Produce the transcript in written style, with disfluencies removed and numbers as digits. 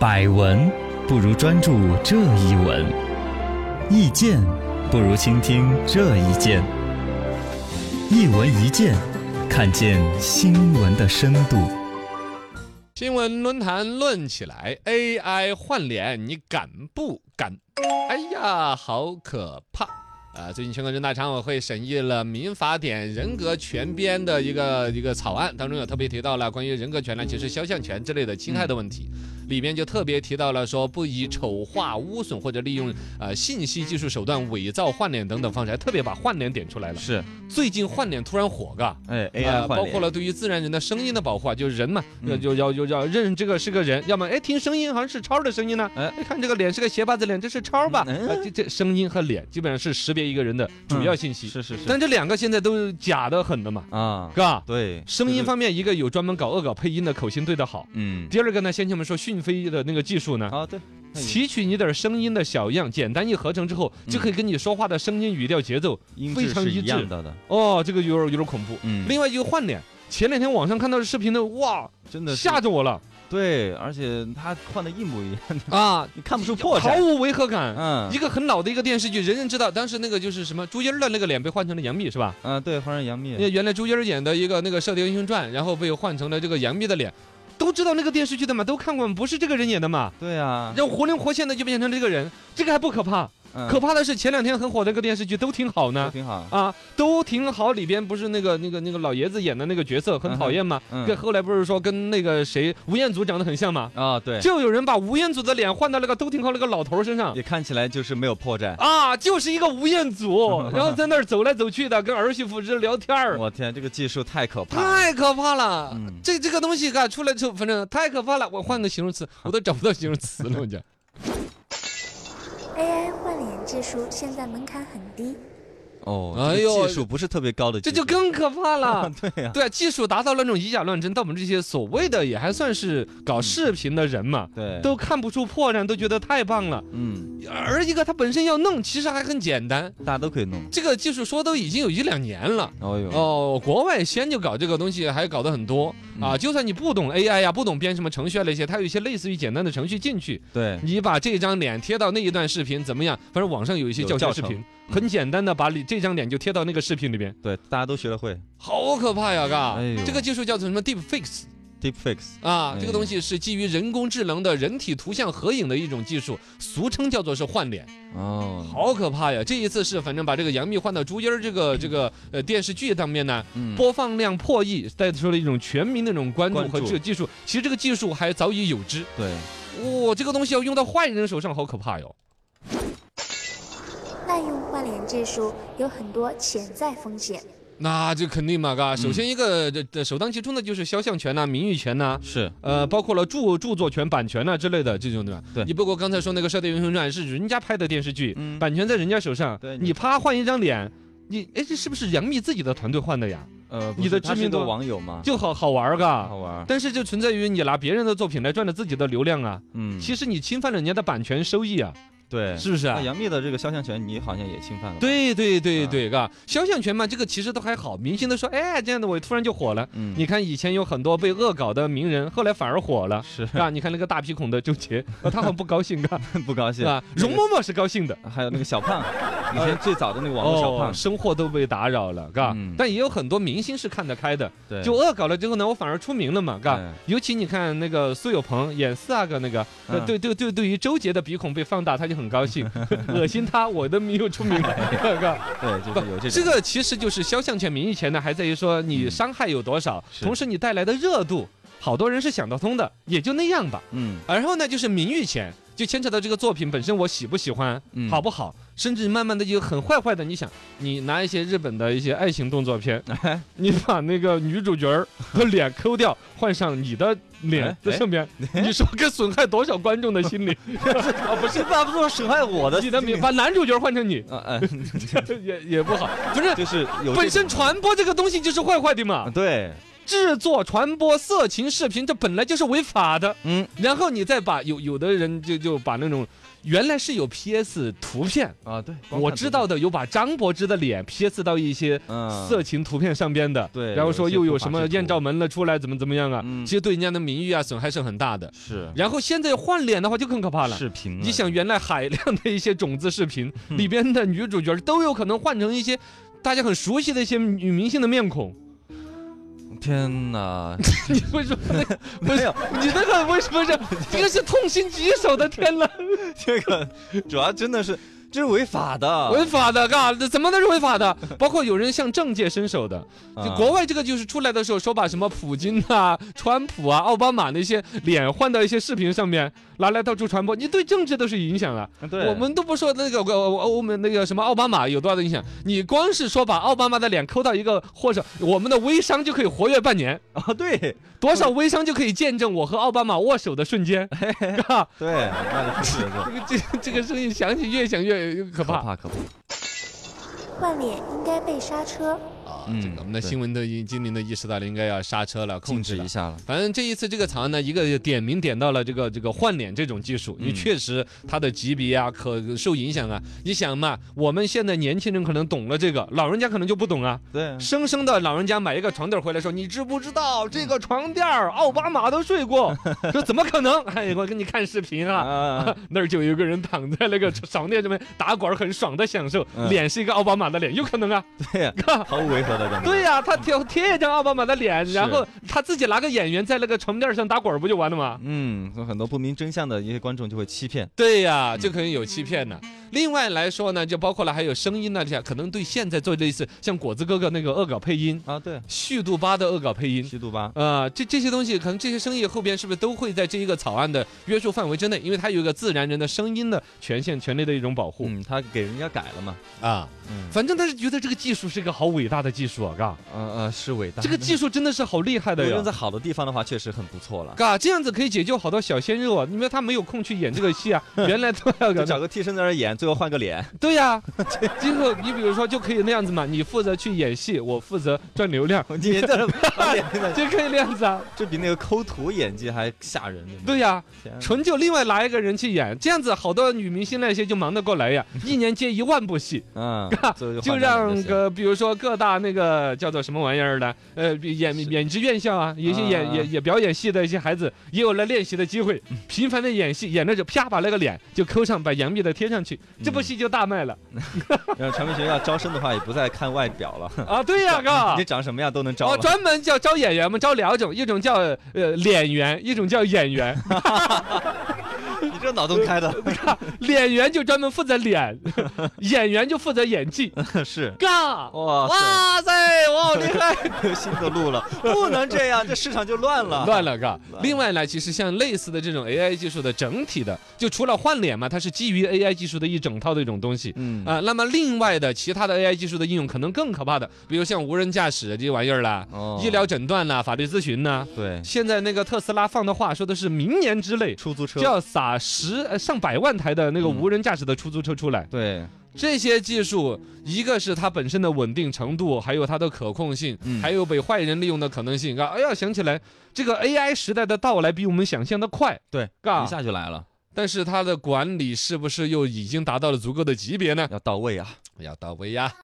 百闻不如专注这一闻，意见不如倾听这一见。一闻一见，看见新闻的深度。 新闻论坛论起来 ，AI 换脸，你敢不敢？哎呀，好可怕！最近全国人大常委会审议了民法典人格权编的一个草案，当中有特别提到了关于人格权呢，其实肖像权之类的侵害的问题，里面就特别提到了说不以丑化、污损或者利用信息技术手段伪造换脸等等方式，还特别把换脸点出来了。 是， 最近换脸突然火，嘎 ，AI 换脸， 包括了对于自然人的声音的保护啊，就是人嘛，就要认这个是个人，要么听声音好像是超的声音呢，看这个脸是个斜八字脸，这是超吧？这声音和脸基本上是识别一个人的主要信息。 是， 但这两个现在都假的很的嘛，嘎， 对， 声音方面一个有专门搞恶搞配音的，口型对得好，第二个呢，先前我们说讯飞的那个技术呢， 对。 提取你点声音的小样，简单一合成之后，就可以跟你说话的声音、语调、节奏非常一致的。 这个有点恐怖。另外一个换脸，前两天网上看到的视频呢，哇， 真的吓着我了。 对，而且他换的一模一样啊，你看不出破绽， 毫无违和感。一个很老的一个电视剧，人人知道，当时那个就是什么朱茵的那个脸被换成了杨幂，是吧？ 对，换成杨幂。 原来朱茵演的一个那个《射雕英雄传》，然后被换成了这个杨幂的脸。都知道那个电视剧的嘛，都看过，不是这个人演的嘛？ 对啊， 然后活灵活现的就变成这个人，这个还不可怕。可怕的是前两天很火的一个电视剧都挺好呢，都挺好。里边不是那个老爷子演的那个角色很讨厌吗？跟后来不是说跟那个谁吴彦祖长得很像吗？ 对， 就有人把吴彦祖的脸换到那个都挺好那个老头身上， 也看起来就是没有破绽就是一个吴彦祖，然后在那儿走来走去的，跟儿媳妇这聊天儿。 我天，这个技术太可怕了，这个东西出来之后，反正太可怕了。我换个形容词，我都找不到形容词了，我讲。 AI 换脸技术现在门槛很低技术不是特别高的技术， 这就更可怕了。 对技术达到了那种以假乱真，到我们这些所谓的也还算是搞视频的人嘛，都看不出破绽，都觉得太棒了。而一个它本身要弄，其实还很简单， 大家都可以弄。 这个技术说都已经有1-2年了。国外先就搞这个东西，还搞得很多就算你不懂 AI 呀，不懂编什么程序那些，它有一些类似于简单的程序进去。 对， 你把这张脸贴到那一段视频怎么样？反正网上有一些教学视频。很简单的把这张脸就贴到那个视频里边， 对，大家都学得会， 好可怕呀！这个技术叫做什么 Deepfakes 这个东西是基于人工智能的人体图像合影的一种技术，俗称叫做是换脸。好可怕呀！这一次是反正把这个杨幂换到朱茵这个电视剧当面呢，播放量破亿，带出了一种全民的那种关注和这个技术。其实这个技术还早已有之。 对， 这个东西要用到坏人手上，好可怕哟。 滥用换脸技术有很多潜在风险， 那就肯定嘛，首先一个首当其冲的就是肖像权呐、名誉权呐， 是包括了著作权、版权呐之类的这种，对吧？ 对， 你包括刚才说那个《射雕英雄传》是人家拍的电视剧，版权在人家手上，你啪换一张脸，这是不是杨幂自己的团队换的呀？你的知名度网友嘛， 就好玩好玩。 但是就存在于你拿别人的作品来赚了自己的流量啊，其实你侵犯了人家的版权收益啊。 对， 是不是啊？ 杨幂的这个肖像权，你好像也侵犯了。 对，肖像权嘛，这个其实都还好。明星都说，这样的我突然就火了。你看以前有很多被恶搞的名人，后来反而火了， 是你看那个大鼻孔的周杰，他很不高兴不高兴容嬷嬷是高兴的， 还有那个小胖，以前最早的那个网络小胖， 生活都被打扰了，但也有很多明星是看得开的，就恶搞了之后呢，我反而出名了嘛，尤其你看那个苏有朋演4个那个，对于周杰的鼻孔被放大，他就很高兴。恶心他，我都没有出名了。 对，就是有这个其实就是肖像权、名誉权呢，还在于说你伤害有多少，同时你带来的热度，好多人是想得通的，也就那样吧。然后呢，就是名誉权，就牵扯到这个作品本身我喜不喜欢，好不好，甚至慢慢的就很坏的。你想，你拿一些日本的一些爱情动作片，你把那个女主角的脸抠掉，换上你的脸在上面，你说该损害多少观众的心理？ 不是，不是损害我的， 你的把男主角换成你，也不好，不是， 就是有本身传播这个东西就是坏的嘛。 对， 制作、传播色情视频，这本来就是违法的。然后你再把有的人就把那种原来是有 PS 图片啊，对， 我知道的有把张柏芝的脸 PS 到一些色情图片上边的， 对， 然后说又有什么艳照门了出来，怎么样啊？其实对人家的名誉啊损害是很大的。 是。 然后现在换脸的话就更可怕了， 视频， 你想原来海量的一些种子视频里边的女主角都有可能换成一些大家很熟悉的一些女明星的面孔。 天哪！ 你为什么没有？你那个为什么是这个是痛心疾首的？天哪！ 这个主要真的是。这是违法的， 违法的，嘎，怎么都是违法的。包括有人向政界伸手的，就国外这个就是出来的时候说把什么普京啊、川普啊、奥巴马那些脸换到一些视频上面拿来到处传播，你对政治都是影响啊。 对， 我们都不说那个欧美那个什么奥巴马有多大的影响，你光是说把奥巴马的脸抠到一个，或者我们的微商就可以活跃半年啊。对， 多少微商就可以见证我和奥巴马握手的瞬间，嘎。 对，那是这个声音想起越想越可怕。 换脸应该被刹车。 这个我们的新闻的经理呢意识到了，应该要刹车了，控制一下了。 反正这一次这个草案呢，一个点名点到了这个换脸这种技术，因为确实它的级别啊可受影响啊。你想嘛，我们现在年轻人可能懂了这个，老人家可能就不懂啊。 对， 生生的老人家买一个床垫回来说，你知不知道这个床垫奥巴马都睡过？说怎么可能？哎，我给你看视频啊，那儿就有个人躺在那个床垫上面打滚，很爽的享受，脸是一个奥巴马的脸，有可能啊？ 对呀，毫无违和。 对呀，他贴一张奥巴马的脸，然后他自己拿个演员在那个床垫上打滚，不就完了吗？ 很多不明真相的一些观众就会欺骗。 对呀，就可能有欺骗呢。另外来说呢，就包括了还有声音呢，可能对现在做类似像果子哥哥那个恶搞配音啊，对， 虚度八的恶搞配音， 虚度八这些东西可能这些生意后边是不是都会在这一个草案的约束范围之内？因为它有一个自然人的声音的权利的一种保护。 他给人家改了嘛反正他是觉得这个技术是一个好伟大的技术啊，嘎， 是伟大。 这个技术真的是好厉害的呀！ 用在好的地方的话，确实很不错了。 嘎，这样子可以解救好多小鲜肉啊！因为他没有空去演这个戏啊，原来都要找个替身在那演，最后换个脸。 对呀，今后你比如说就可以那样子嘛，你负责去演戏，我负责赚流量， 你在就可以那样子啊。 这比那个抠图演技还吓人。 对呀，纯就另外拿一个人去演，这样子好多女明星那些就忙得过来呀，一年接1万部戏，就让比如说各大那个叫做什么玩意儿的，演职院校啊，有些也表演戏的一些孩子也有了练习的机会，频繁的演戏，演着就啪把那个脸就抠上，把杨幂的贴上去，这部戏就大卖了。 然后传媒学校招生的话也不再看外表了啊，对呀，哥， 你长什么样都能招。 专门招演员，我们招2种，一种叫脸员，一种叫演员。 你这脑洞开的， 脸员就专门负责脸，演员就负责演技。 是， 嘎，哇塞，我好厉害， 有新的路了，不能这样，这市场就乱了， 嘎。另外呢，其实像类似的这种 AI 技术的整体的，就除了换脸嘛，它是基于 AI 技术的一整套的一种东西。那么另外的其他的 AI 技术的应用可能更可怕的，比如像无人驾驶这些玩意儿啦，医疗诊断啦，法律咨询啦。 对， 现在那个特斯拉放的话说的是明年之内出租车就要撒上百万台的那个无人驾驶的出租车出来。 对， 这些技术，一个是它本身的稳定程度，还有它的可控性，还有被坏人利用的可能性。哎呀，想起来这个 AI 时代的到来比我们想象的快， 对，一下就来了。 但是它的管理是不是又已经达到了足够的级别呢？ 要到位啊， 要到位呀。